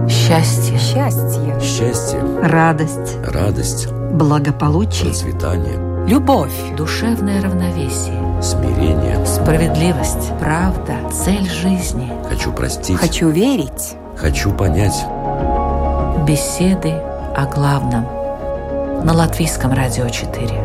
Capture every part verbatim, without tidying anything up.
Счастье. Счастье. Счастье. Радость. Радость. Благополучие. Процветание. Любовь. Душевное равновесие. Смирение. Справедливость. Правда. Цель жизни. Хочу простить. Хочу верить. Хочу понять. Беседы о главном. На Латвийском радио четыре.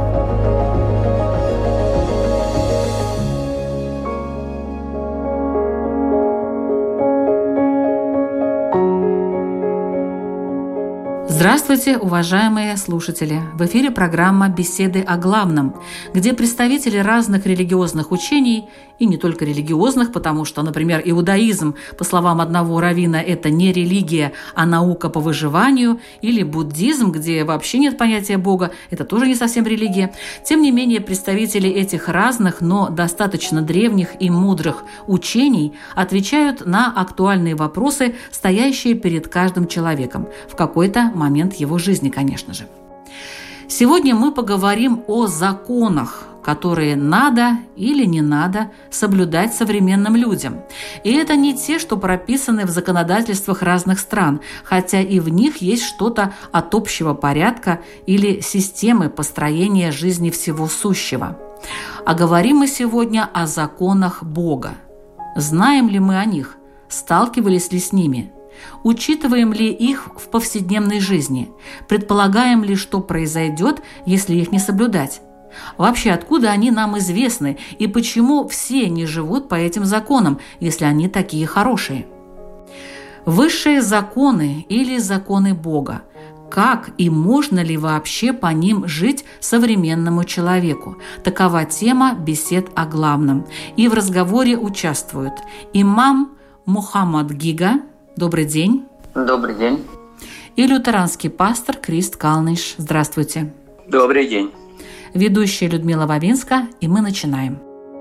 Здравствуйте, уважаемые слушатели! В эфире программа «Беседы о главном», где представители разных религиозных учений, и не только религиозных, потому что, например, иудаизм, по словам одного раввина, это не религия, а наука по выживанию, или буддизм, где вообще нет понятия Бога, это тоже не совсем религия. Тем не менее, представители этих разных, но достаточно древних и мудрых учений отвечают на актуальные вопросы, стоящие перед каждым человеком в какой-то момент его жизни, конечно же. Сегодня мы поговорим о законах, которые надо или не надо соблюдать современным людям. И это не те, что прописаны в законодательствах разных стран, хотя и в них есть что-то от общего порядка или системы построения жизни всего сущего. А говорим мы сегодня о законах Бога. Знаем ли мы о них? Сталкивались ли с ними? Учитываем ли их в повседневной жизни? Предполагаем ли, что произойдет, если их не соблюдать? Вообще, откуда они нам известны и почему все не живут по этим законам, если они такие хорошие? Высшие законы или законы Бога. Как и можно ли вообще по ним жить современному человеку? Такова тема бесед о главном. И в разговоре участвуют имам Мухаммад Гига. Добрый день. Добрый день. И лютеранский пастор Крист Калныш. Здравствуйте. Добрый день. Ведущая Людмила Вавинска, и мы начинаем.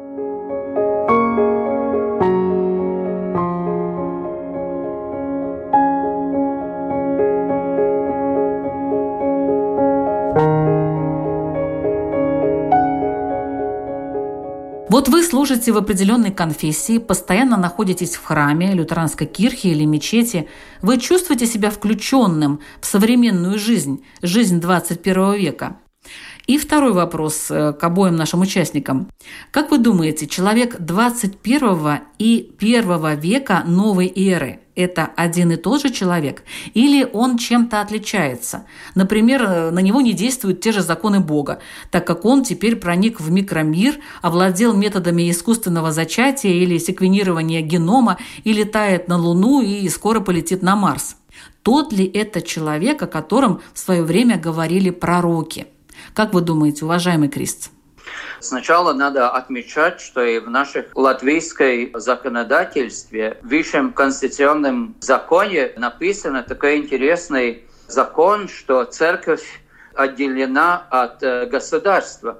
Вот вы служите в определенной конфессии, постоянно находитесь в храме, лютеранской кирхе или мечети. Вы чувствуете себя включенным в современную жизнь, жизнь двадцать первого века. И второй вопрос к обоим нашим участникам. Как вы думаете, человек двадцать первого и первого века новой эры – это один и тот же человек? Или он чем-то отличается? Например, на него не действуют те же законы Бога, так как он теперь проник в микромир, овладел методами искусственного зачатия или секвенирования генома, и летает на Луну и скоро полетит на Марс. Тот ли это человек, о котором в свое время говорили пророки? Как вы думаете, уважаемый Крист? Сначала надо отмечать, что и в нашем латвийском законодательстве, в высшем конституционном законе написано такой интересный закон, что церковь отделена от государства.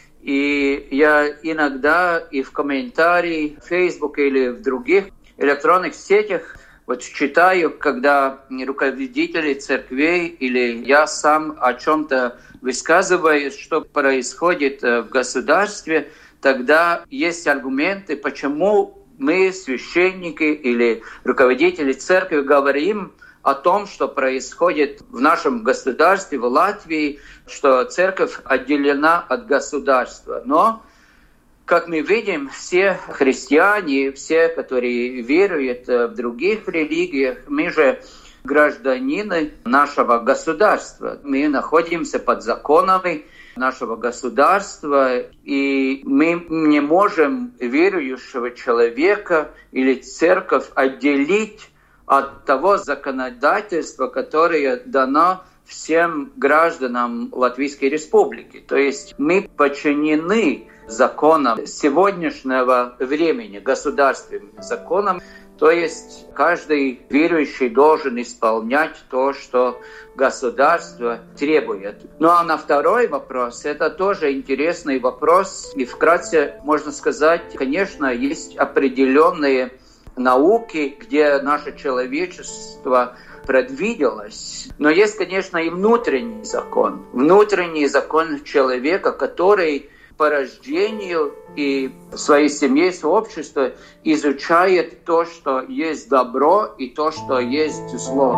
И я иногда и в комментарии в Facebook или в других электронных сетях вот читаю, когда руководители церквей или я сам о чем-то высказываюсь, что происходит в государстве, тогда есть аргументы, почему мы, священники или руководители церкви, говорим о том, что происходит в нашем государстве, в Латвии, что церковь отделена от государства. Но, как мы видим, все христиане, все, которые веруют в других религиях, мы же гражданины нашего государства. Мы находимся под законами нашего государства, и мы не можем верующего человека или церковь отделить от того законодательства, которое дано всем гражданам Латвийской Республики. То есть мы подчинены законам сегодняшнего времени, государственным законам. То есть каждый верующий должен исполнять то, что государство требует. Ну а на второй вопрос, это тоже интересный вопрос. И вкратце можно сказать, конечно, есть определенные науки, где наше человечество предвиделось. Но есть, конечно, и внутренний закон. Внутренний закон человека, который по рождению и в своей семье, сообществе изучает то, что есть добро, и то, что есть зло.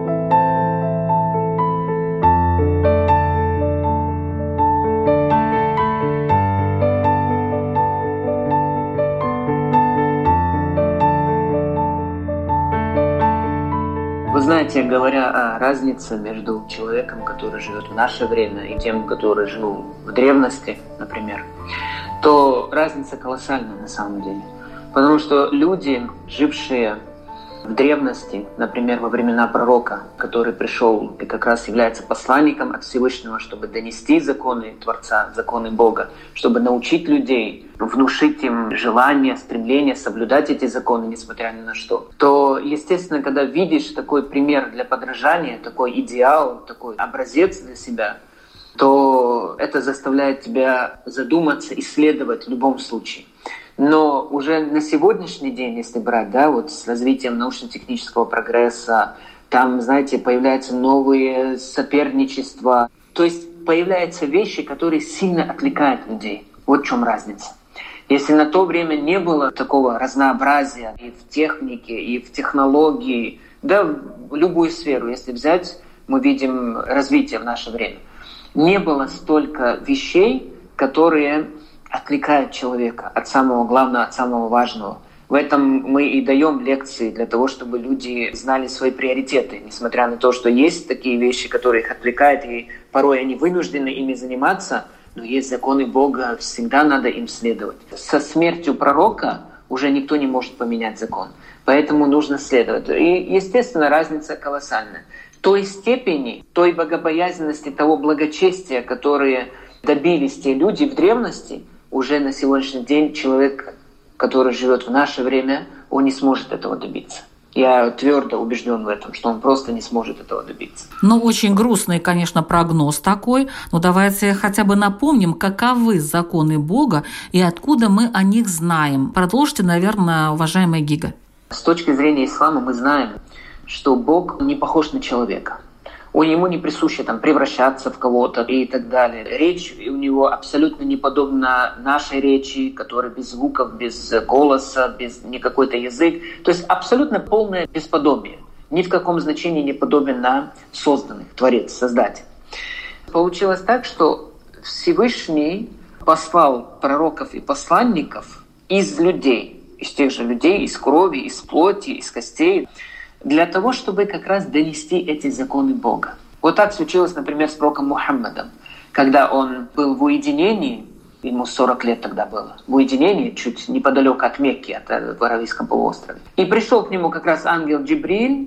Вы знаете, говоря о разнице между человеком, который живет в наше время, и тем, который жил в древности, например, то разница колоссальная на самом деле. Потому что люди, жившие в древности, например, во времена пророка, который пришел и как раз является посланником от Всевышнего, чтобы донести законы Творца, законы Бога, чтобы научить людей, внушить им желание, стремление соблюдать эти законы, несмотря ни на что, то, естественно, когда видишь такой пример для подражания, такой идеал, такой образец для себя, то это заставляет тебя задуматься, исследовать в любом случае. Но уже на сегодняшний день, если брать, да, вот с развитием научно-технического прогресса, там, знаете, появляются новые соперничества. То есть появляются вещи, которые сильно отвлекают людей. Вот в чем разница. Если на то время не было такого разнообразия и в технике, и в технологии, да, в любую сферу, если взять, мы видим развитие в наше время. Не было столько вещей, которые отвлекают человека от самого главного, от самого важного. В этом мы и даем лекции для того, чтобы люди знали свои приоритеты, несмотря на то, что есть такие вещи, которые их отвлекают, и порой они вынуждены ими заниматься, но есть законы Бога, всегда надо им следовать. Со смертью пророка уже никто не может поменять закон, поэтому нужно следовать. И, естественно, разница колоссальная. Той степени, той богобоязненности, того благочестия, которые добились те люди в древности, уже на сегодняшний день человек, который живет в наше время, он не сможет этого добиться. Я твердо убежден в этом, что он просто не сможет этого добиться. Ну, очень грустный, конечно, прогноз такой. Но давайте хотя бы напомним, каковы законы Бога и откуда мы о них знаем. Продолжите, наверное, уважаемая Гига. С точки зрения ислама мы знаем, что Бог не похож на человека. Ему не присуще там, превращаться в кого-то и так далее. Речь у него абсолютно не подобна нашей речи, которая без звуков, без голоса, без никакой-то язык. То есть абсолютно полное бесподобие. Ни в каком значении не подобен на созданных, Творец, Создатель. Получилось так, что Всевышний послал пророков и посланников из людей, из тех же людей, из крови, из плоти, из костей, для того, чтобы как раз донести эти законы Бога. Вот так случилось, например, с пророком Мухаммадом, когда он был в уединении, ему сорок лет тогда было, в уединении, чуть неподалеку от Мекки, от, в Аравийском полуострове. И пришел к нему как раз ангел Джибриль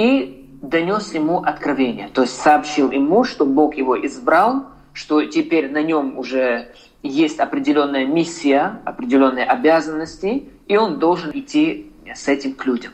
и донес ему откровение, то есть сообщил ему, что Бог его избрал, что теперь на нем уже есть определенная миссия, определенные обязанности, и он должен идти с этим к людям.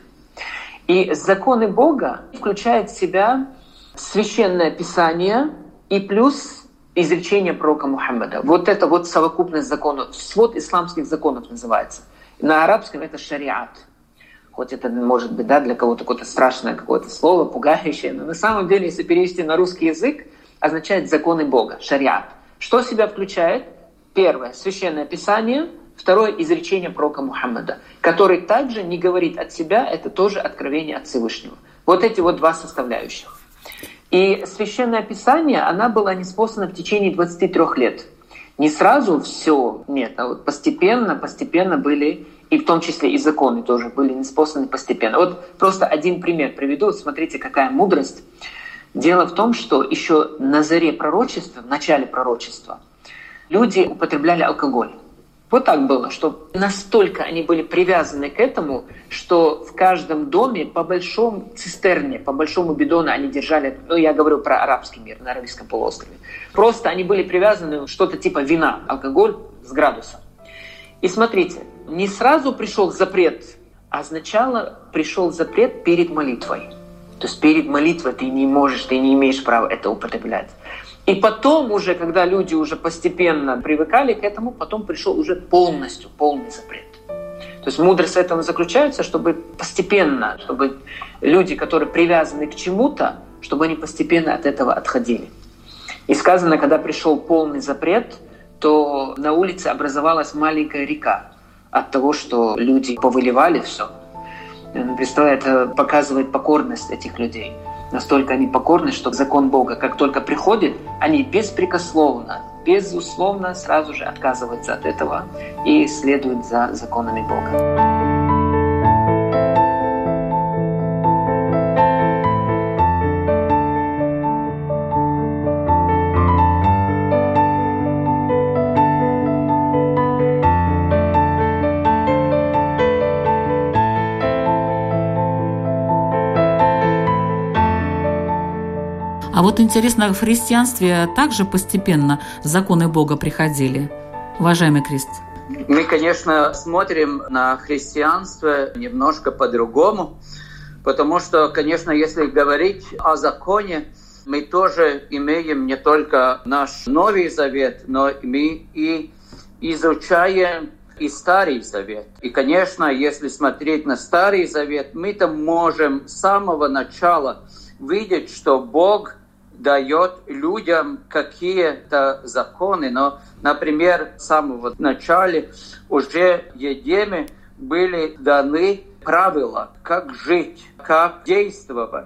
И законы Бога включают в себя священное Писание и плюс изречение пророка Мухаммада. Вот это вот совокупность законов, свод исламских законов называется. На арабском это шариат. Хоть это может быть, да, для кого-то какое-то страшное какое-то слово, пугающее, но на самом деле, если перевести на русский язык, означает законы Бога, шариат. Что в себя включает? Первое — священное Писание. Второе — изречение пророка Мухаммада, который также не говорит от себя, это тоже откровение от Всевышнего. Вот эти вот два составляющих. И Священное Писание, она была ниспослана в течение двадцати трёх лет. Не сразу все, нет, а вот постепенно, постепенно были, и в том числе и законы тоже были ниспосланы постепенно. Вот просто один пример приведу, смотрите, какая мудрость. Дело в том, что еще на заре пророчества, в начале пророчества, люди употребляли алкоголь. Вот так было, что настолько они были привязаны к этому, что в каждом доме по большому цистерне, по большому бидону они держали, ну я говорю про арабский мир, на Аравийском полуострове. Просто они были привязаны что-то типа вина, алкоголь с градусом. И смотрите, не сразу пришел запрет, а сначала пришел запрет перед молитвой. То есть перед молитвой ты не можешь, ты не имеешь права это употреблять. И потом уже, когда люди уже постепенно привыкали к этому, потом пришел уже полностью, полный запрет. То есть мудрость этого заключается, чтобы постепенно, чтобы люди, которые привязаны к чему-то, чтобы они постепенно от этого отходили. И сказано, когда пришел полный запрет, то на улице образовалась маленькая река от того, что люди повыливали все. Представляете, это показывает покорность этих людей. Настолько они покорны, что закон Бога, как только приходит, они беспрекословно, безусловно, сразу же отказываются от этого и следуют за законами Бога. А вот интересно, в христианстве также постепенно законы Бога приходили? Уважаемый Крист. Мы, конечно, смотрим на христианство немножко по-другому, потому что, конечно, если говорить о законе, мы тоже имеем не только наш Новый Завет, но мы и изучаем и Старый Завет. И, конечно, если смотреть на Старый Завет, мы там можем с самого начала видеть, что Бог дает людям какие-то законы. Но, например, с самого начала уже Едеме были даны правила, как жить, как действовать.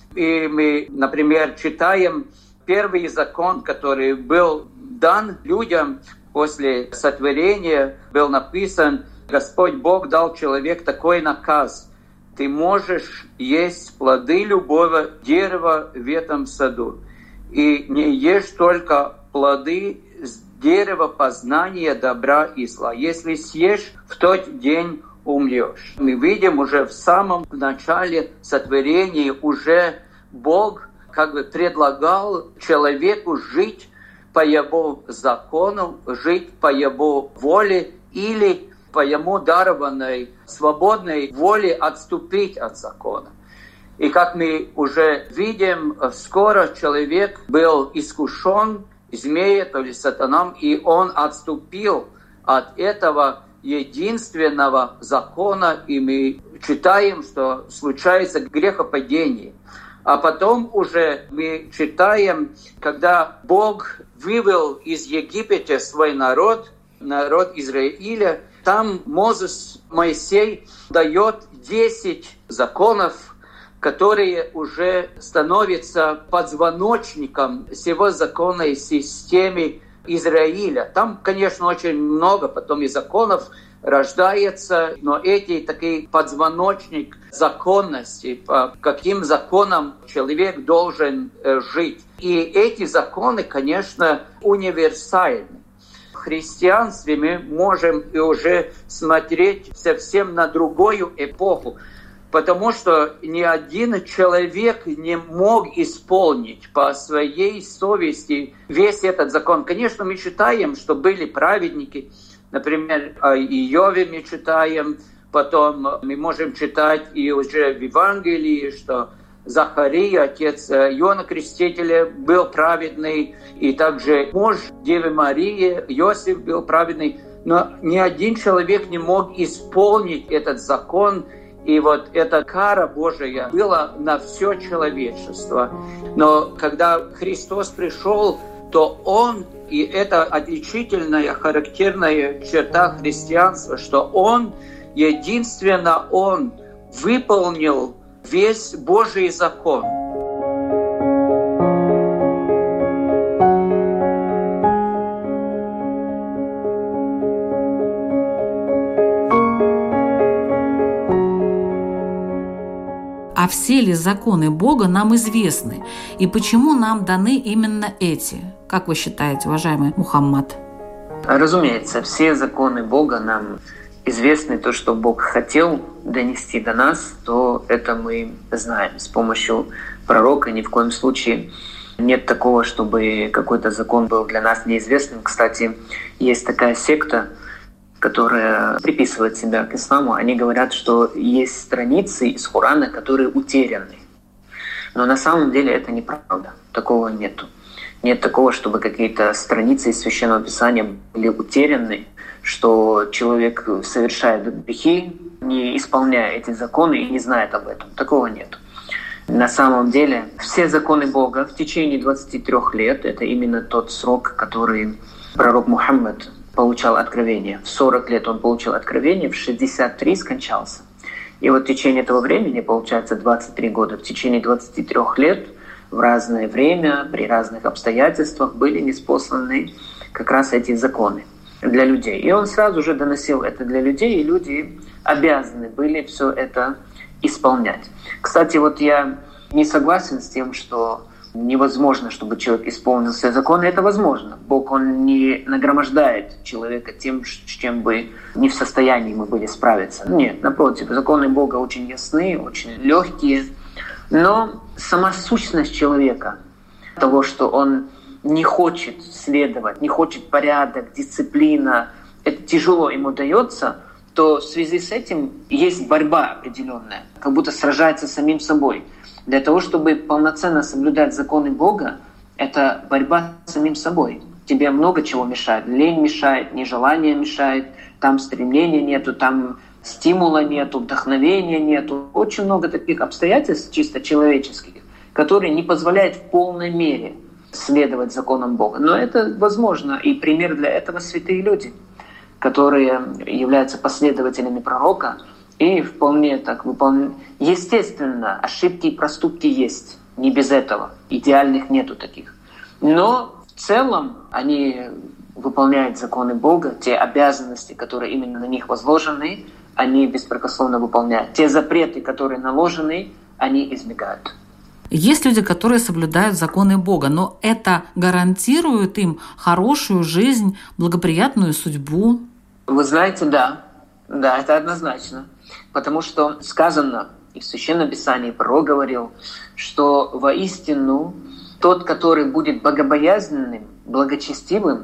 И мы, например, читаем первый закон, который был дан людям после сотворения, был написан: Господь Бог дал человеку такой наказ: ты можешь есть плоды любого дерева в этом саду, и не ешь только плоды с дерева познания добра и зла. Если съешь, в тот день умрешь. Мы видим уже в самом начале сотворения, уже Бог как бы предлагал человеку жить по его закону, жить по его воле или по ему дарованной свободной воле отступить от закона. И как мы уже видим, скоро человек был искушен змеей, то есть сатаном, и он отступил от этого единственного закона, и мы читаем, что случается грехопадение. А потом уже мы читаем, когда Бог вывел из Египта свой народ, народ Израиля, там Мозес, Моисей дает десять законов, которые уже становятся позвоночником всего законной системы Израиля. Там, конечно, очень много потом и законов рождается, но эти такие подзвоночник законности, по каким законам человек должен жить. И эти законы, конечно, универсальны. В христианстве мы можем и уже смотреть совсем на другую эпоху, потому что ни один человек не мог исполнить по своей совести весь этот закон. Конечно, мы читаем, что были праведники, например, о Иове мы читаем, потом мы можем читать и уже в Евангелии, что Захария, отец Иоанна Крестителя, был праведный, и также муж Девы Марии, Иосиф, был праведный. Но ни один человек не мог исполнить этот закон, и вот эта кара Божия была на все человечество. Но когда Христос пришел, то Он, и это отличительная, характерная черта христианства, что Он, единственно Он, выполнил весь Божий закон. А все ли законы Бога нам известны? И почему нам даны именно эти? Как вы считаете, уважаемый Мухаммад? Разумеется, все законы Бога нам известны. То, что Бог хотел донести до нас, то это мы знаем. С помощью пророка ни в коем случае нет такого, чтобы какой-то закон был для нас неизвестным. Кстати, есть такая секта, которая приписывает себя к исламу. Они говорят, что есть страницы из Корана, которые утеряны. Но на самом деле это неправда. Такого нету. Нет такого, чтобы какие-то страницы из Священного Писания были утеряны, что человек совершает грехи, не исполняя эти законы и не знает об этом. Такого нет. На самом деле все законы Бога в течение двадцати трёх лет — это именно тот срок, который пророк Мухаммад получал откровение. В сорок лет он получил откровение, в шестьдесят три скончался. И вот в течение этого времени, получается двадцать три года, в течение двадцати трёх лет в разное время, при разных обстоятельствах были ниспосланы как раз эти законы для людей. И он сразу же доносил это для людей, и люди обязаны были все это исполнять. Кстати, вот я не согласен с тем, что невозможно, чтобы человек исполнил все законы. Это возможно. Бог, Он не нагромождает человека тем, с чем бы не в состоянии мы были справиться. Нет, напротив, законы Бога очень ясны, очень легкие. Но сама сущность человека, того, что он не хочет следовать, не хочет порядок, дисциплина, это тяжело ему дается, то в связи с этим есть борьба определенная, как будто сражается с самим собой. Для того, чтобы полноценно соблюдать законы Бога, это борьба с самим собой. Тебе много чего мешает. Лень мешает, нежелание мешает, там стремления нету, там стимула нету, вдохновения нету. Очень много таких обстоятельств чисто человеческих, которые не позволяют в полной мере следовать законам Бога. Но это возможно, и пример для этого святые люди, которые являются последователями пророка, и вполне так выполняют. Естественно, ошибки и проступки есть, не без этого. Идеальных нету таких. Но в целом они выполняют законы Бога, те обязанности, которые именно на них возложены, они беспрекословно выполняют. Те запреты, которые наложены, они избегают. Есть люди, которые соблюдают законы Бога, но это гарантирует им хорошую жизнь, благоприятную судьбу? Вы знаете, да. Да, это однозначно. Потому что сказано, и в Священном Писании пророк говорил, что воистину тот, который будет богобоязненным, благочестивым,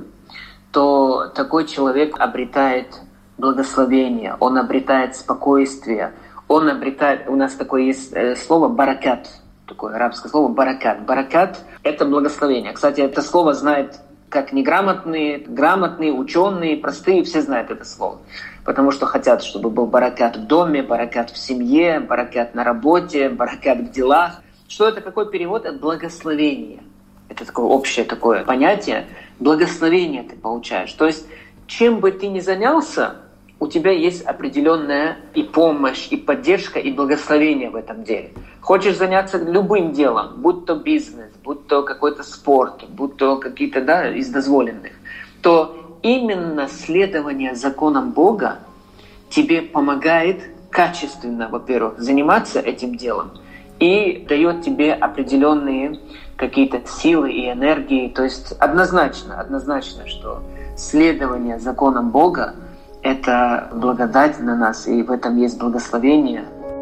то такой человек обретает благословение, он обретает спокойствие, он обретает, у нас такое есть слово «баракат», такое арабское слово «баракат». «Баракат» — это благословение. Кстати, это слово знает как неграмотные, грамотные, ученые, простые, все знают это слово. Потому что хотят, чтобы был баракат в доме, баракат в семье, баракат на работе, баракат в делах. Что это? Какой перевод? Это благословение. Это такое общее такое понятие. Благословение ты получаешь. То есть, чем бы ты ни занялся, у тебя есть определенная и помощь, и поддержка, и благословение в этом деле. Хочешь заняться любым делом, будь то бизнес, будь то какой-то спорт, будь то какие-то, да, из дозволенных, то именно следование законам Бога тебе помогает качественно, во-первых, заниматься этим делом и дает тебе определенные какие-то силы и энергии. То есть однозначно, однозначно, что следование законам Бога — это благодать на нас, и в этом есть благословение.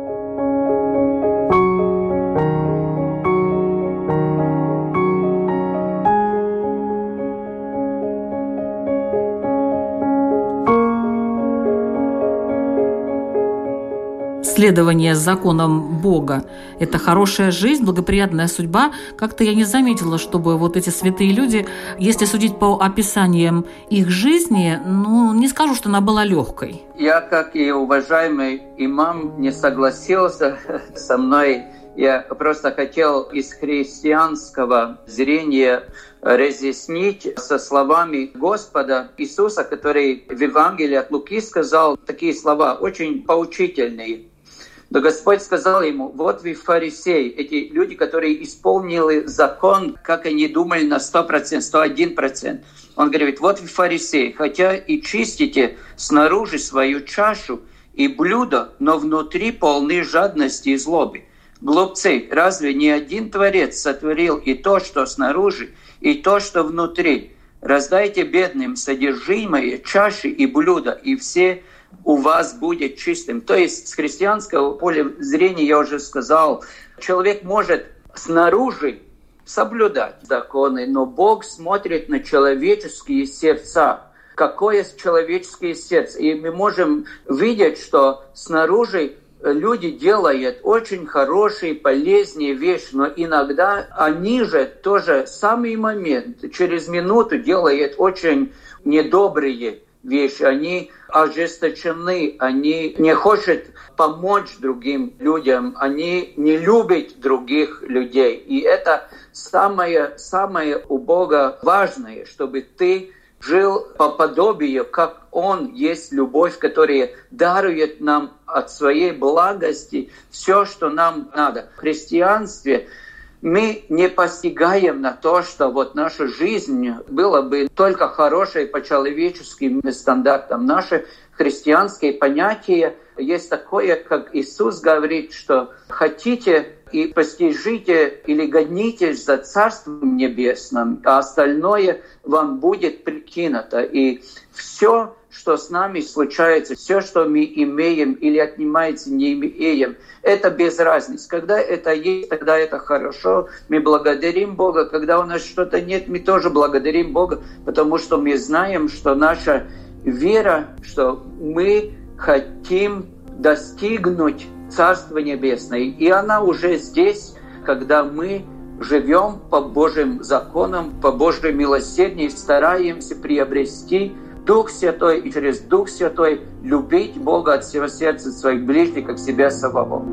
Следование законам Бога – это хорошая жизнь, благоприятная судьба. Как-то я не заметила, чтобы вот эти святые люди, если судить по описаниям их жизни, ну, не скажу, что она была легкой. Я, как и уважаемый имам, не согласился со мной. Я просто хотел из христианского зрения разъяснить со словами Господа Иисуса, который в Евангелии от Луки сказал такие слова, очень поучительные. Но Господь сказал ему: вот вы фарисеи, эти люди, которые исполнили закон, как они думали, на сто процентов, сто один процент. Он говорит: вот вы фарисеи, хотя и чистите снаружи свою чашу и блюдо, но внутри полны жадности и злобы. Глупцы, разве не один Творец сотворил и то, что снаружи, и то, что внутри? Раздайте бедным содержимое чаши и блюда, и все у вас будет чистым. То есть с христианского поля зрения, я уже сказал, человек может снаружи соблюдать законы, но Бог смотрит на человеческие сердца. Какое человеческое сердце? И мы можем видеть, что снаружи люди делают очень хорошие, полезные вещи, но иногда они же тоже самый момент, через минуту делают очень недобрые вещи. Они ожесточены, они не хотят помочь другим людям, они не любят других людей. И это самое, самое у Бога важное, чтобы ты жил по подобию, как Он есть любовь, которая дарует нам от своей благости все, что нам надо. В христианстве мы не постигаем на то, что вот наша жизнь была бы только хорошей по человеческим стандартам. Наши христианские понятия есть такое, как Иисус говорит, что хотите и постижите или годнитесь за Царством Небесным, а остальное вам будет прикинуто. И все, что с нами случается, все, что мы имеем или отнимается, не имеем, это без разницы. Когда это есть, тогда это хорошо, мы благодарим Бога. Когда у нас что-то нет, мы тоже благодарим Бога, потому что мы знаем, что наша вера, что мы хотим достигнуть Царства Небесное. И она уже здесь, когда мы живем по Божьим законам, по Божьей милосердию, стараемся приобрести Дух Святой и через Дух Святой любить Бога от всего сердца своих ближних, как себя самого.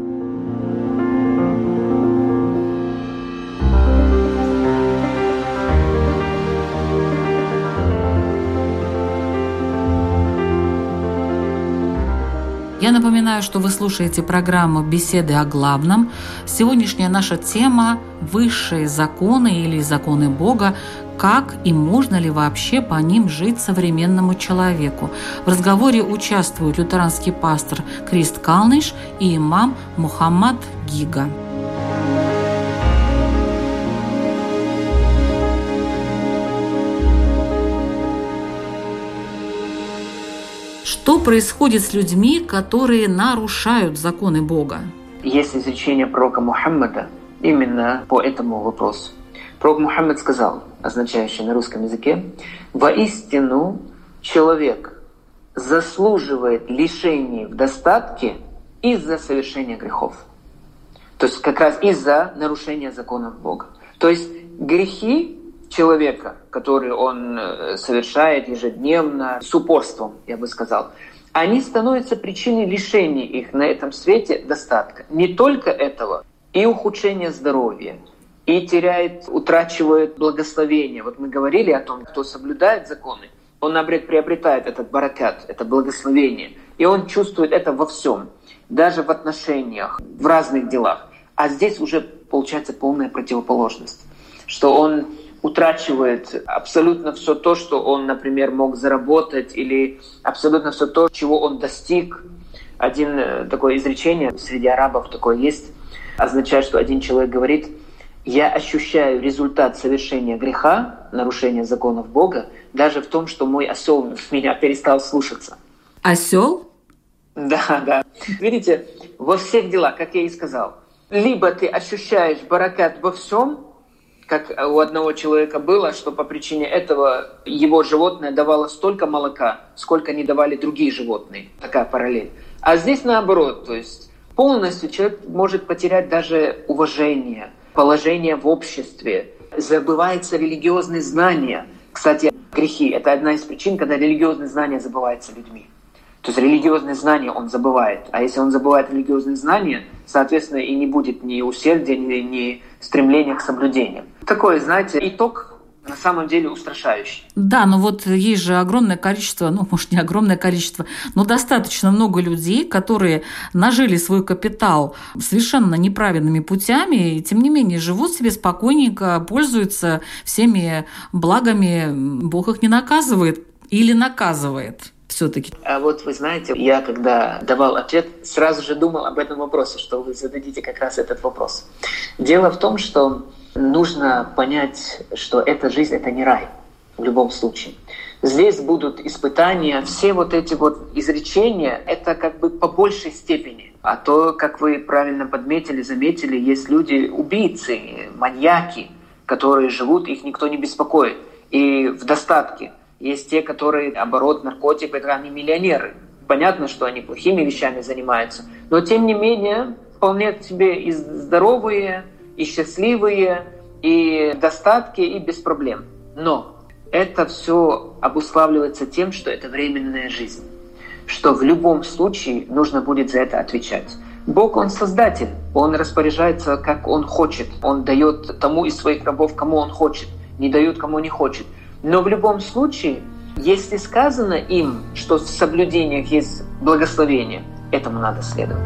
Я напоминаю, что вы слушаете программу «Беседы о главном». Сегодняшняя наша тема – высшие законы или законы Бога. Как и можно ли вообще по ним жить современному человеку? В разговоре участвуют лютеранский пастор Крист Калныш и имам Мухаммад Гига. Что происходит с людьми, которые нарушают законы Бога? Есть изречение пророка Мухаммада именно по этому вопросу. Пророк Мухаммад сказал, означающий на русском языке: «Воистину человек заслуживает лишений в достатке из-за совершения грехов». То есть как раз из-за нарушения законов Бога. То есть грехи человека, которые он совершает ежедневно, с упорством, я бы сказал, они становятся причиной лишения их на этом свете достатка. Не только этого, и ухудшения здоровья, и теряет, утрачивает благословение. Вот мы говорили о том, кто соблюдает законы, он приобретает этот баракат, это благословение, и он чувствует это во всем, даже в отношениях, в разных делах. А здесь уже получается полная противоположность, что он утрачивает абсолютно все то, что он, например, мог заработать, или абсолютно все то, чего он достиг. Один такое изречение среди арабов такое есть, означает, что один человек говорит: «Я ощущаю результат совершения греха, нарушения законов Бога, даже в том, что мой осел меня перестал слушаться». Осел? Да, да. Видите, во всех делах, как я и сказал, либо ты ощущаешь баракат во всем, как у одного человека было, что по причине этого его животное давало столько молока, сколько не давали другие животные. Такая параллель. А здесь наоборот, то есть полностью человек может потерять даже уважение, положение в обществе, забываются религиозные знания. Кстати, грехи — это одна из причин, когда религиозные знания забываются людьми. То есть религиозные знания он забывает. А если он забывает религиозные знания, соответственно, и не будет ни усердия, ни, ни стремления к соблюдению. Такой, знаете, итог на самом деле устрашающий. Да, но вот есть же огромное количество, ну, может, не огромное количество, но достаточно много людей, которые нажили свой капитал совершенно неправильными путями, и тем не менее живут себе спокойненько, пользуются всеми благами. Бог их не наказывает или наказывает все-таки. А вот вы знаете, я когда давал ответ, сразу же думал об этом вопросе, что вы зададите как раз этот вопрос. Дело в том, что нужно понять, что эта жизнь — это не рай в любом случае. Здесь будут испытания, все вот эти вот изречения — это как бы по большей степени. А то, как вы правильно подметили, заметили, есть люди, убийцы, маньяки, которые живут, их никто не беспокоит. И в достатке. Есть те, которые, оборот наркотиков, они миллионеры. Понятно, что они плохими вещами занимаются, но тем не менее вполне себе и здоровые, и счастливые, и достатки, и без проблем. Но это все обуславливается тем, что это временная жизнь, что в любом случае нужно будет за это отвечать. Бог, Он создатель, Он распоряжается, как Он хочет, Он дает тому из своих рабов, кому Он хочет, не дает, кому не хочет. Но в любом случае Если сказано им, что в соблюдениях есть благословение, этому надо следовать.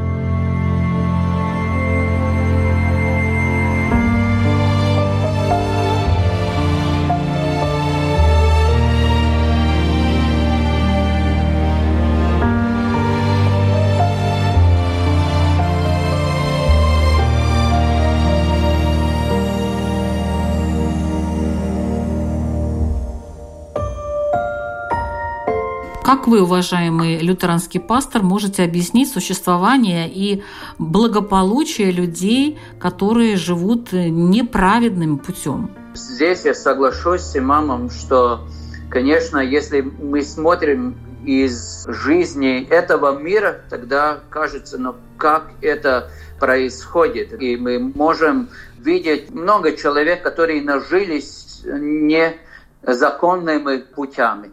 Как вы, уважаемый лютеранский пастор, можете объяснить существование и благополучие людей, которые живут неправедным путем? Здесь я соглашусь с имамом, что, конечно, если мы смотрим из жизни этого мира, тогда кажется, ну как это происходит. И мы можем видеть много человек, которые нажились незаконными путями.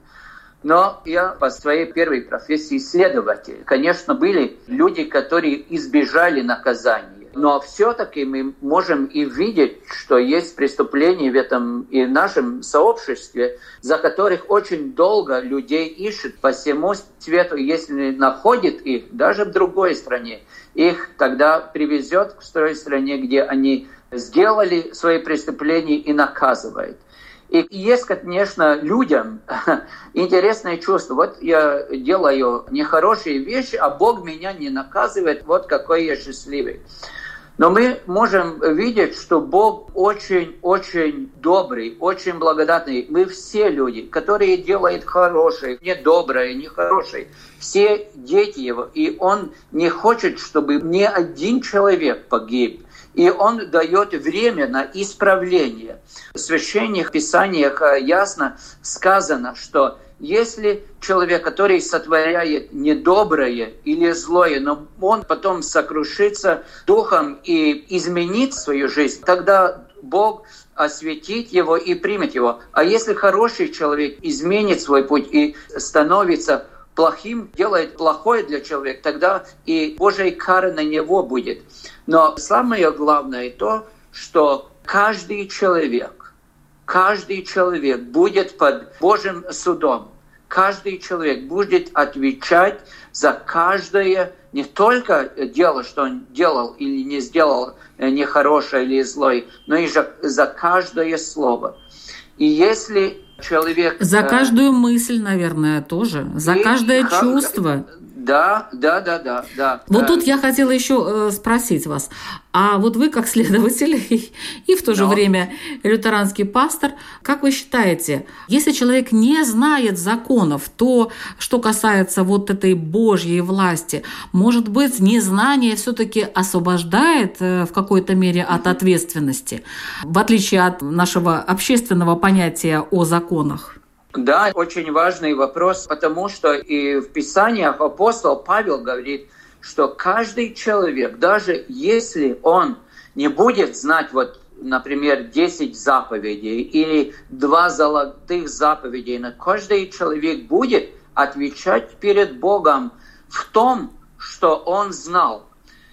Но я по своей первой профессии исследователь. Конечно, были люди, которые избежали наказания. Но все-таки мы можем и видеть, что есть преступления в этом и в нашем сообществе, за которых очень долго людей ищут по всему свету. Если находят их, даже в другой стране, их тогда привезет к той стране, где они сделали свои преступления и наказывают. И есть, конечно, людям интересное чувство. Вот я делаю нехорошие вещи, а Бог меня не наказывает. Вот какой я счастливый. Но мы можем видеть, что Бог очень-очень добрый, очень благодатный. Мы все люди, которые делают хорошее, недоброе, нехорошее. Все дети Его. И Он не хочет, чтобы ни один человек погиб. И Он дает время на исправление. В священных писаниях ясно сказано, что если человек, который сотворяет недоброе или злое, но он потом сокрушится духом и изменит свою жизнь, тогда Бог осветит его и примет его. А если хороший человек изменит свой путь и становится плохим, делает плохое для человека, тогда и Божья кара на него будет. Но самое главное то, что каждый человек, каждый человек будет под Божьим судом. Каждый человек будет отвечать за каждое не только дело, что он делал или не сделал, нехорошее или злое, но и за каждое слово. И если человек... За каждую мысль, наверное, тоже. За каждое как... чувство. Да, да, да, да, да. Вот тут я хотела еще спросить вас. А вот вы, как следователь и в то же Но. время лютеранский пастор, как вы считаете, если человек не знает законов, то, что касается вот этой Божьей власти, может быть, незнание все-таки освобождает в какой-то мере от ответственности, в отличие от нашего общественного понятия о законах? Да, очень важный вопрос, потому что и в Писаниях апостол Павел говорит, что каждый человек, даже если он не будет знать, вот, например, десять заповедей или два золотых заповедей, но каждый человек будет отвечать перед Богом в том, что он знал.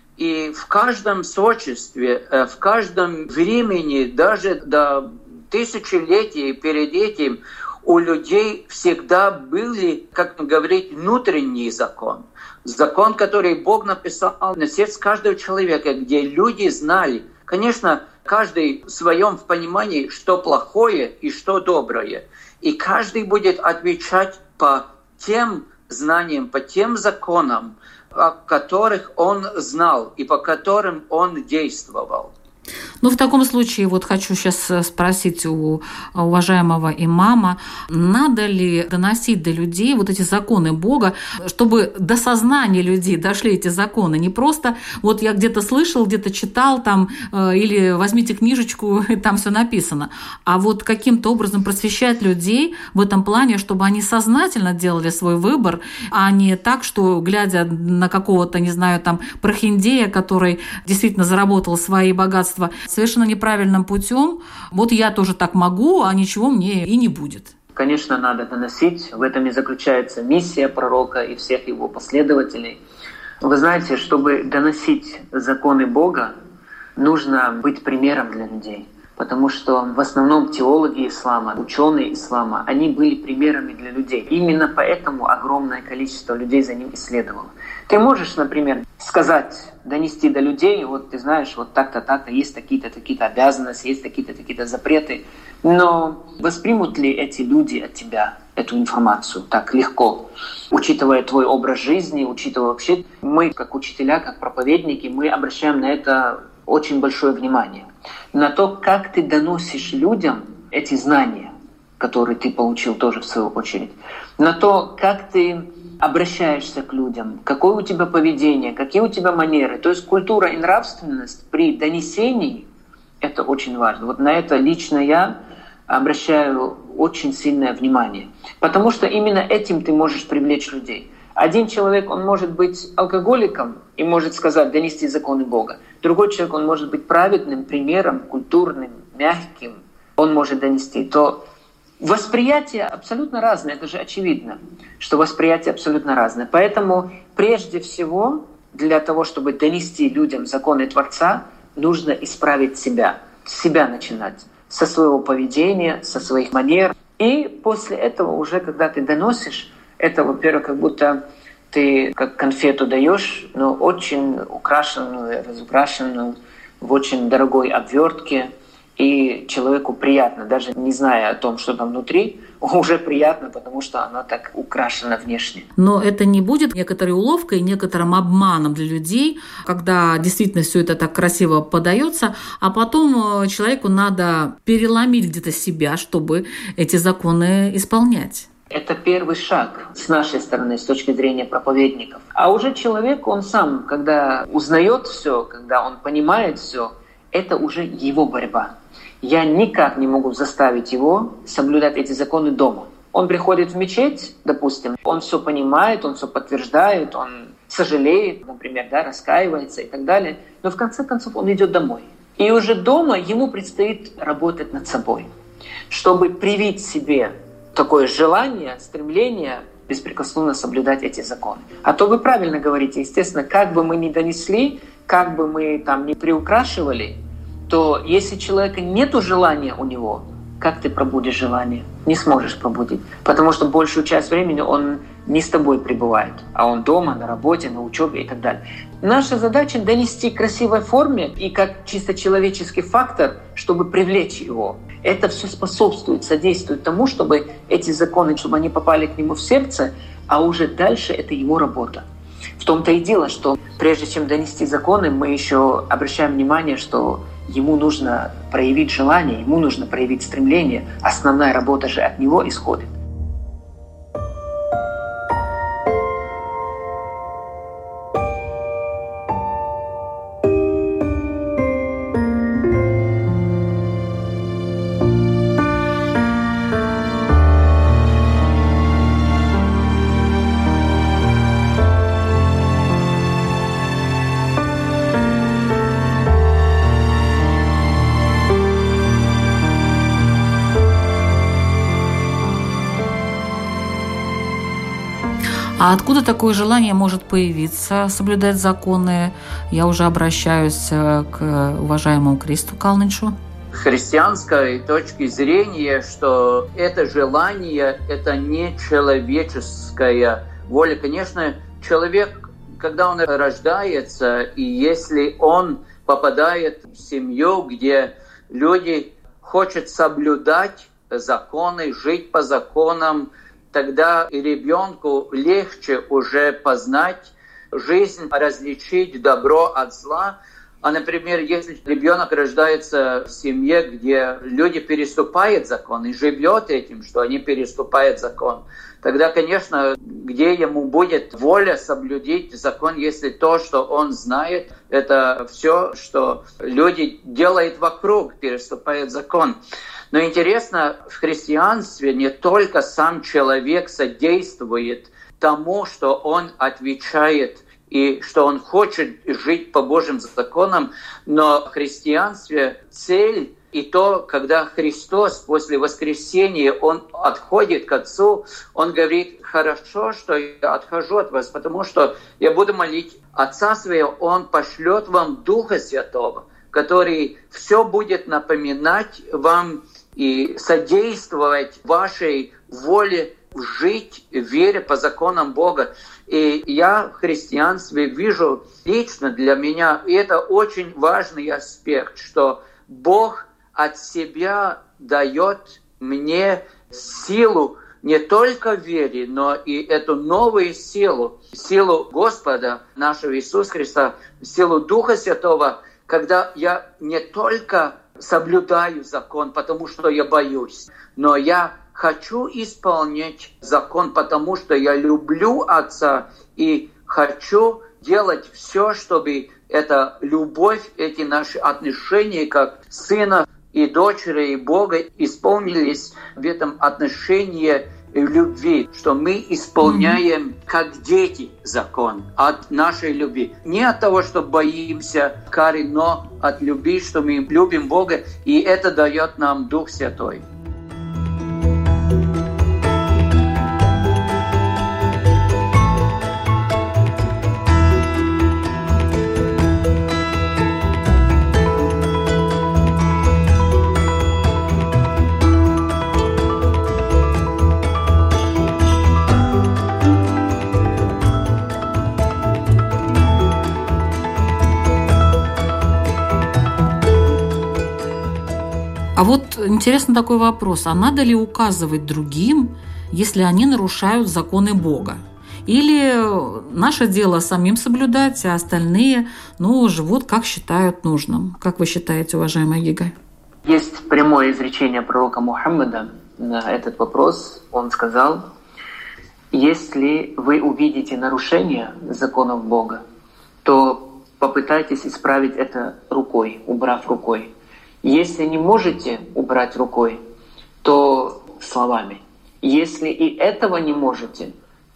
И в каждом сообществе, в каждом времени, даже до тысячелетий перед этим, у людей всегда были, как говорить, внутренний закон. Закон, который Бог написал на сердце каждого человека, где люди знали. Конечно, каждый в своем понимании, что плохое и что доброе. И каждый будет отвечать по тем знаниям, по тем законам, о которых он знал и по которым он действовал. Ну, в таком случае, вот хочу сейчас спросить у уважаемого имама, надо ли доносить до людей вот эти законы Бога, чтобы до сознания людей дошли эти законы? Не просто вот я где-то слышал, где-то читал там, или возьмите книжечку, и там все написано, а вот каким-то образом просвещать людей в этом плане, чтобы они сознательно делали свой выбор, а не так, что, глядя на какого-то, не знаю, там, прохиндея, который действительно заработал свои богатства совершенно неправильным путем, вот я тоже так могу, а ничего мне и не будет. Конечно, надо доносить. В этом и заключается миссия пророка и всех его последователей. Вы знаете, чтобы доносить законы Бога, нужно быть примером для людей. потому что в основном теологи ислама, ученые ислама, они были примерами для людей. Именно поэтому огромное количество людей за ним исследовало. Ты можешь, например, сказать, донести до людей, вот ты знаешь, вот так-то, так-то, есть такие-то, такие-то обязанности, есть такие-то, такие-то запреты, но воспримут ли эти люди от тебя эту информацию так легко, учитывая твой образ жизни, учитывая вообще, мы как учителя, как проповедники, мы обращаем на это очень большое внимание, на то, как ты доносишь людям эти знания, которые ты получил тоже в свою очередь, на то, как ты обращаешься к людям, какое у тебя поведение, какие у тебя манеры. То есть культура и нравственность при донесении — это очень важно. Вот на это лично я обращаю очень сильное внимание. Потому что именно этим ты можешь привлечь людей. Один человек, он может быть алкоголиком и может сказать, донести законы Бога. Другой человек, он может быть праведным примером, культурным, мягким. Он может донести. То восприятие абсолютно разное, это же очевидно, что восприятие абсолютно разное. Поэтому прежде всего для того, чтобы донести людям законы Творца, нужно исправить себя, с себя начинать, со своего поведения, со своих манер. И после этого уже, когда ты доносишь, это, во-первых, как будто ты как конфету даешь, но очень украшенную, разукрашенную, в очень дорогой обвертке. И человеку приятно, даже не зная о том, что там внутри, уже приятно, потому что оно так украшено внешне. Но это не будет некоторой уловкой, некоторым обманом для людей, когда действительно все это так красиво подается, а потом человеку надо переломить где-то себя, чтобы эти законы исполнять. Это первый шаг с нашей стороны, с точки зрения проповедников. А уже человек, он сам, когда узнает все, когда он понимает все, это уже его борьба. Я никак не могу заставить его соблюдать эти законы дома. Он приходит в мечеть, допустим, он все понимает, он все подтверждает, он сожалеет, например, да, раскаивается и так далее. Но в конце концов он идет домой. И уже дома ему предстоит работать над собой, чтобы привить себе такое желание, стремление беспрекословно соблюдать эти законы. А то вы правильно говорите, естественно, как бы мы ни донесли, как бы мы там ни приукрашивали, то если у человека нет желания у него, как ты пробудишь желание? Не сможешь пробудить. Потому что большую часть времени он не с тобой пребывает, а он дома, на работе, на учебе и так далее. Наша задача — донести в красивой форме и как чисто человеческий фактор, чтобы привлечь его. Это все способствует, содействует тому, чтобы эти законы, чтобы они попали к нему в сердце, а уже дальше это его работа. В том-то и дело, что прежде чем донести законы, мы еще обращаем внимание, что ему нужно проявить желание, ему нужно проявить стремление. Основная работа же от него исходит. А откуда такое желание может появиться, соблюдать законы? Я уже обращаюсь к уважаемому Кристу Калничу. Христианской точки зрения, что это желание – это не человеческая воля. Конечно, человек, когда он рождается, и если он попадает в семью, где люди хотят соблюдать законы, жить по законам, тогда и ребенку легче уже познать жизнь, различить добро от зла. А, например, если ребенок рождается в семье, где люди переступают закон и живет этим, что они переступают закон, тогда, конечно, где ему будет воля соблюдить закон, если то, что он знает, это все, что люди делают вокруг, переступают закон. Но интересно, в христианстве не только сам человек содействует тому, что он отвечает и что он хочет жить по Божьим законам, но в христианстве цель и то, когда Христос после воскресения, Он отходит к Отцу, Он говорит: хорошо, что я отхожу от вас, потому что я буду молить Отца Своего, Он пошлет вам Духа Святого, который все будет напоминать вам и содействовать вашей воле жить в вере по законам Бога. И я в христианстве вижу лично для меня, и это очень важный аспект, что Бог от себя дает мне силу не только в вере, но и эту новую силу, силу Господа нашего Иисуса Христа, силу Духа Святого, когда я не только соблюдаю закон, потому что я боюсь, но я хочу исполнять закон, потому что я люблю Отца и хочу делать все, чтобы эта любовь, эти наши отношения как сына и дочери и Бога исполнились в этом отношении любви, что мы исполняем как дети закон от нашей любви. Не от того, что боимся кары, но от любви, что мы любим Бога, и это дает нам Дух Святой. А вот интересно такой вопрос, а надо ли указывать другим, если они нарушают законы Бога? Или наше дело самим соблюдать, а остальные, ну, живут как считают нужным? Как вы считаете, уважаемая Гига? Есть прямое изречение пророка Мухаммада на этот вопрос. Он сказал: если вы увидите нарушение законов Бога, то попытайтесь исправить это рукой, убрав рукой. Если не можете убрать рукой, то словами. Если и этого не можете,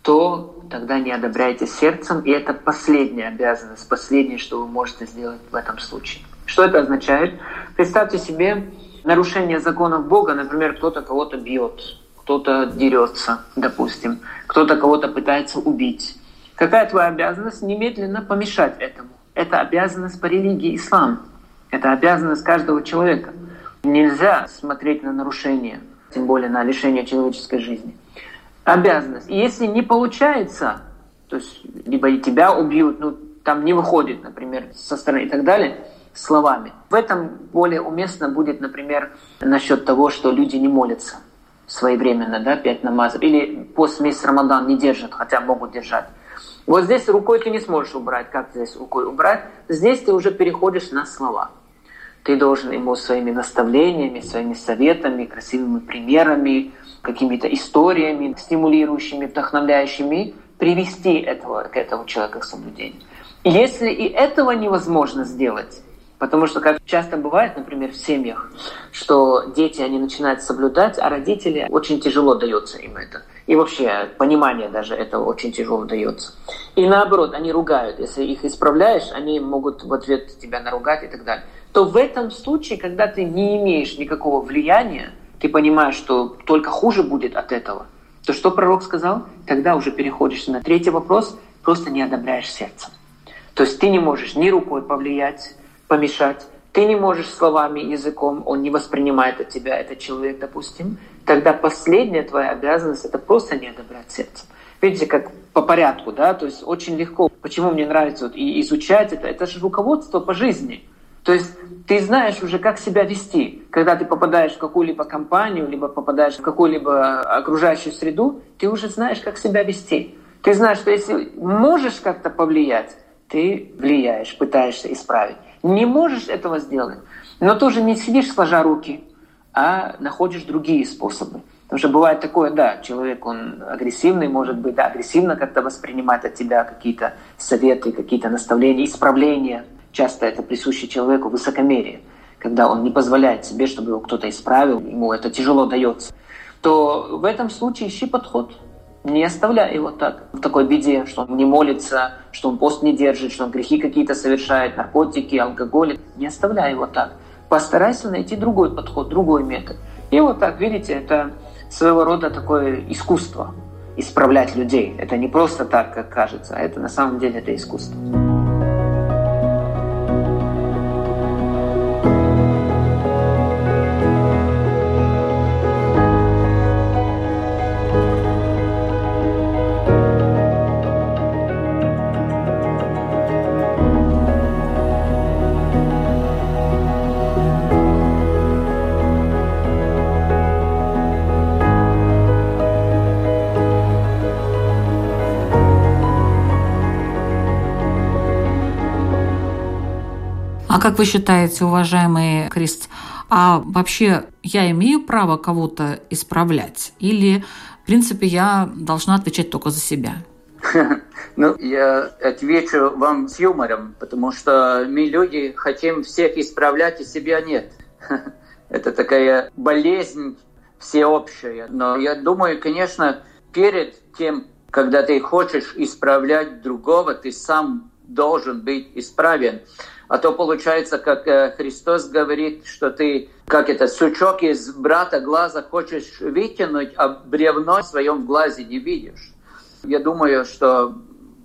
то тогда не одобряйте сердцем, и это последняя обязанность, последнее, что вы можете сделать в этом случае. Что это означает? Представьте себе нарушение законов Бога, например, кто-то кого-то бьет, кто-то дерется, допустим, кто-то кого-то пытается убить. Какая твоя обязанность? Немедленно помешать этому. Это обязанность по религии ислам. Это обязанность каждого человека. Нельзя смотреть на нарушение, тем более на лишение человеческой жизни. Обязанность. И если не получается, то есть либо и тебя убьют, ну там не выходит, например, со стороны и так далее, словами. В этом более уместно будет, например, насчет того, что люди не молятся своевременно, да, пять намазов, или пост месяц Рамадан не держат, хотя могут держать. Вот здесь рукой ты не сможешь убрать. Как здесь рукой убрать? Здесь ты уже переходишь на слова. Ты должен ему своими наставлениями, своими советами, красивыми примерами, какими-то историями, стимулирующими, вдохновляющими, привести этого, к этому человека к соблюдению. И если и этого невозможно сделать, потому что, как часто бывает, например, в семьях, что дети, они начинают соблюдать, а родители, очень тяжело дается им это. И вообще, понимание даже этого очень тяжело дается. И наоборот, они ругают. Если их исправляешь, они могут в ответ тебя наругать и так далее. То в этом случае, когда ты не имеешь никакого влияния, ты понимаешь, что только хуже будет от этого, то что пророк сказал? Тогда уже переходишь на третий вопрос, просто не одобряешь сердцем. То есть ты не можешь ни рукой повлиять, помешать, ты не можешь словами, языком, он не воспринимает от тебя, этот человек, допустим. Тогда последняя твоя обязанность — это просто не одобрять сердцем. Видите, как по порядку, да, то есть очень легко. Почему мне нравится вот и изучать это? Это же руководство по жизни. То есть ты знаешь уже, как себя вести. Когда ты попадаешь в какую-либо компанию, либо попадаешь в какую-либо окружающую среду, ты уже знаешь, как себя вести. Ты знаешь, что если можешь как-то повлиять, ты влияешь, пытаешься исправить. Не можешь этого сделать, но тоже не сидишь сложа руки, а находишь другие способы. Потому что бывает такое, да, человек, он агрессивный, может быть, да, агрессивно как-то воспринимает от тебя какие-то советы, какие-то наставления, исправления. Часто это присуще человеку высокомерие, когда он не позволяет себе, чтобы его кто-то исправил, ему это тяжело дается. То в этом случае ищи подход. Не оставляй его так, в такой беде, что он не молится, что он пост не держит, что он грехи какие-то совершает, наркотики, алкоголь. Не оставляй его так. Постарайся найти другой подход, другой метод. И вот так, видите, это своего рода такое искусство — исправлять людей. Это не просто так, как кажется, а это на самом деле это искусство. А вот интересно такой вопрос, а надо ли указывать другим, если они нарушают законы Бога? Или наша дело самим соблюдать, а остальные, ну, живут как считают нужным? Как вы считаете, уважаемая Гига? Есть прямое изречение пророка Мухаммада на этот вопрос. Он сказал: если вы увидите нарушение законов Бога, то попытайтесь исправить это рукой, убрав рукой. Если и этого невозможно сделать, то А как вы считаете, уважаемый Крист, а вообще я имею право кого-то исправлять? Или, в принципе, я должна отвечать только за себя? Ну, я отвечу вам с юмором, потому что мы, люди, хотим всех исправлять, и себя нет. Это такая болезнь всеобщая. Но я думаю, конечно, перед тем, когда ты хочешь исправлять другого, ты сам должен быть исправен. А то получается, как Христос говорит, что ты, как это, сучок из брата глаза хочешь вытянуть, а бревно в своем глазе не видишь. Я думаю, что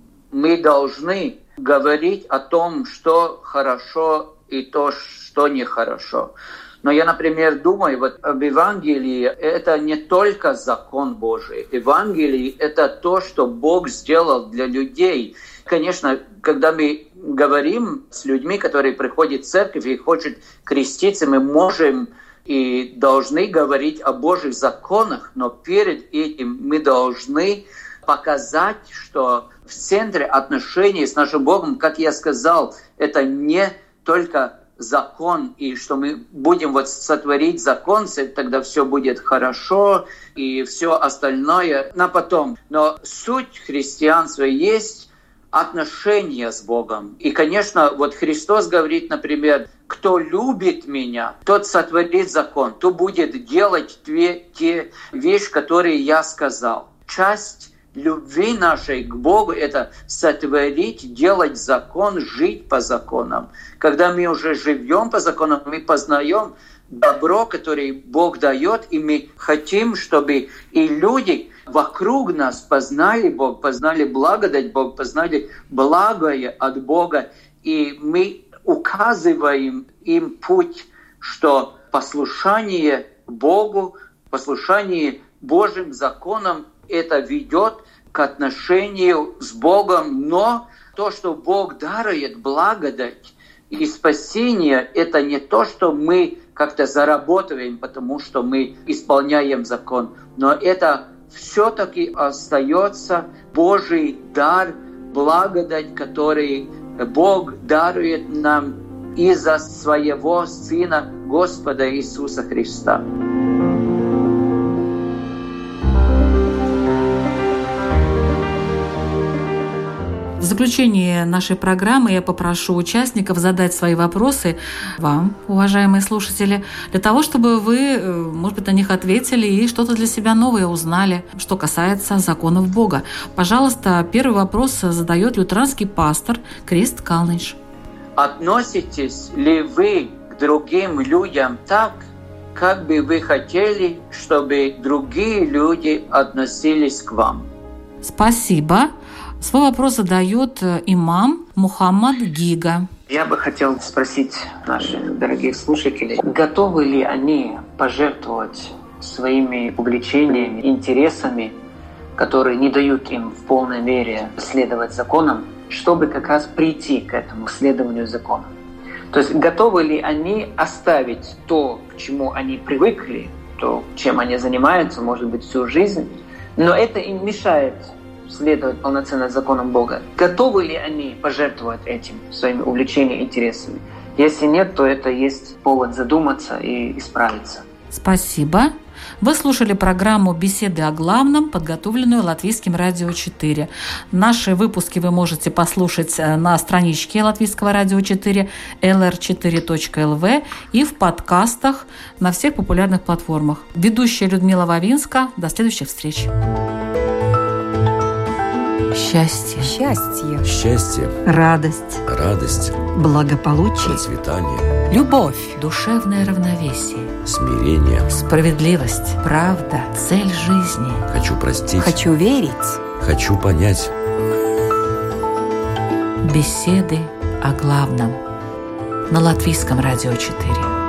мы должны говорить о том, что хорошо и то, что нехорошо. Но я, например, думаю, вот об Евангелии, это не только закон Божий. Евангелие – это то, что Бог сделал для людей. Конечно, когда мы говорим с людьми, которые приходят в церковь и хотят креститься, мы можем и должны говорить о Божьих законах, но перед этим мы должны показать, что в центре отношений с нашим Богом, как я сказал, это не только закон, и что мы будем вот сотворить закон, тогда все будет хорошо, и все остальное на потом. Но суть христианства есть отношения с Богом. И, конечно, вот Христос говорит, например, кто любит меня, тот сотворит закон, то будет делать те, те вещи, которые я сказал. Часть любви нашей к Богу – это сотворить, делать закон, жить по законам. Когда мы уже живем по законам, мы познаем добро, которое Бог дает, и мы хотим, чтобы и люди вокруг нас познали Бога, познали благодать Бога, познали благое от Бога, и мы указываем им путь, что послушание Богу, послушание Божьим законам это ведет к отношению с Богом, но то, что Бог дарует, благодать и спасение, это не то, что мы как-то зарабатываем, потому что мы исполняем закон, но это все-таки остается Божий дар, благодать, который Бог дарует нам из-за своего Сына Господа Иисуса Христа. В заключение нашей программы я попрошу участников задать свои вопросы вам, уважаемые слушатели, для того, чтобы вы, может быть, на них ответили и что-то для себя новое узнали, что касается законов Бога. Пожалуйста, первый вопрос задает лютеранский пастор Крист Калныш. Относитесь ли вы к другим людям так, как бы вы хотели, чтобы другие люди относились к вам? Спасибо. Свой вопрос задает имам Мухаммад Гига. Я бы хотел спросить наших дорогих слушателей, готовы ли они пожертвовать своими увлечениями, интересами, которые не дают им в полной мере следовать законам, чтобы как раз прийти к этому следованию законам. То есть готовы ли они оставить то, к чему они привыкли, то, чем они занимаются, может быть, всю жизнь, но это им мешает следовать полноценно законам Бога. Готовы ли они пожертвовать этим, своими увлечениями, интересами? Если нет, то это есть повод задуматься и исправиться. Спасибо. Вы слушали программу «Беседы о главном», подготовленную Латвийским радио четыре. Наши выпуски вы можете послушать на страничке Латвийского радио четыре эл эр четыре точка эл ви и в подкастах на всех популярных платформах. Ведущая Людмила Вавинска. До следующих встреч. Счастье. Счастье. Счастье. Радость. Радость. Благополучие. Процветание. Любовь. Душевное равновесие. Смирение. Справедливость. Правда. Цель жизни. Хочу простить. Хочу верить. Хочу понять. Беседы о главном. На Латвийском радио четыре.